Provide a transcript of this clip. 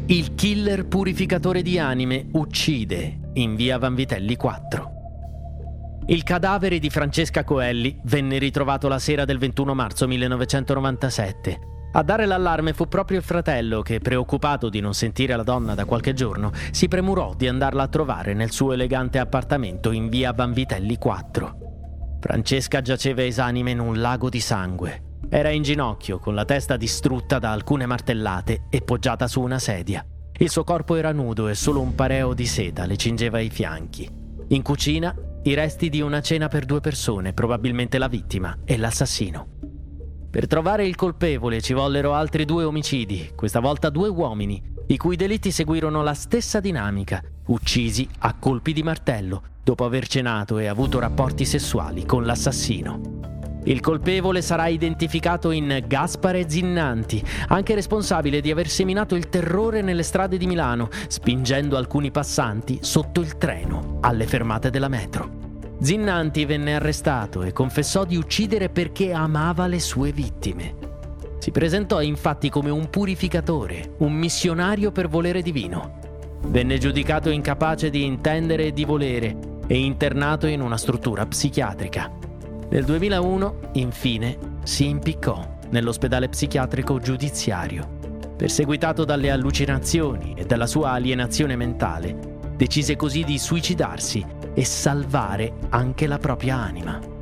Il killer purificatore di anime uccide in via Vanvitelli 4. Il cadavere di Francesca Coelli venne ritrovato la sera del 21 marzo 1997. A dare l'allarme fu proprio il fratello che, preoccupato di non sentire la donna da qualche giorno, si premurò di andarla a trovare nel suo elegante appartamento in via Vanvitelli 4. Francesca giaceva esanime in un lago di sangue. Era in ginocchio, con la testa distrutta da alcune martellate e poggiata su una sedia. Il suo corpo era nudo e solo un pareo di seta le cingeva i fianchi. In cucina, i resti di una cena per 2 persone, probabilmente la vittima e l'assassino. Per trovare il colpevole ci vollero altri 2 omicidi, questa volta 2 uomini, i cui delitti seguirono la stessa dinamica, uccisi a colpi di martello, dopo aver cenato e avuto rapporti sessuali con l'assassino. Il colpevole sarà identificato in Gaspare Zinnanti, anche responsabile di aver seminato il terrore nelle strade di Milano, spingendo alcuni passanti sotto il treno alle fermate della metro. Zinnanti venne arrestato e confessò di uccidere perché amava le sue vittime. Si presentò infatti come un purificatore, un missionario per volere divino. Venne giudicato incapace di intendere e di volere e internato in una struttura psichiatrica. Nel 2001, infine, si impiccò nell'ospedale psichiatrico giudiziario. Perseguitato dalle allucinazioni e dalla sua alienazione mentale, decise così di suicidarsi e salvare anche la propria anima.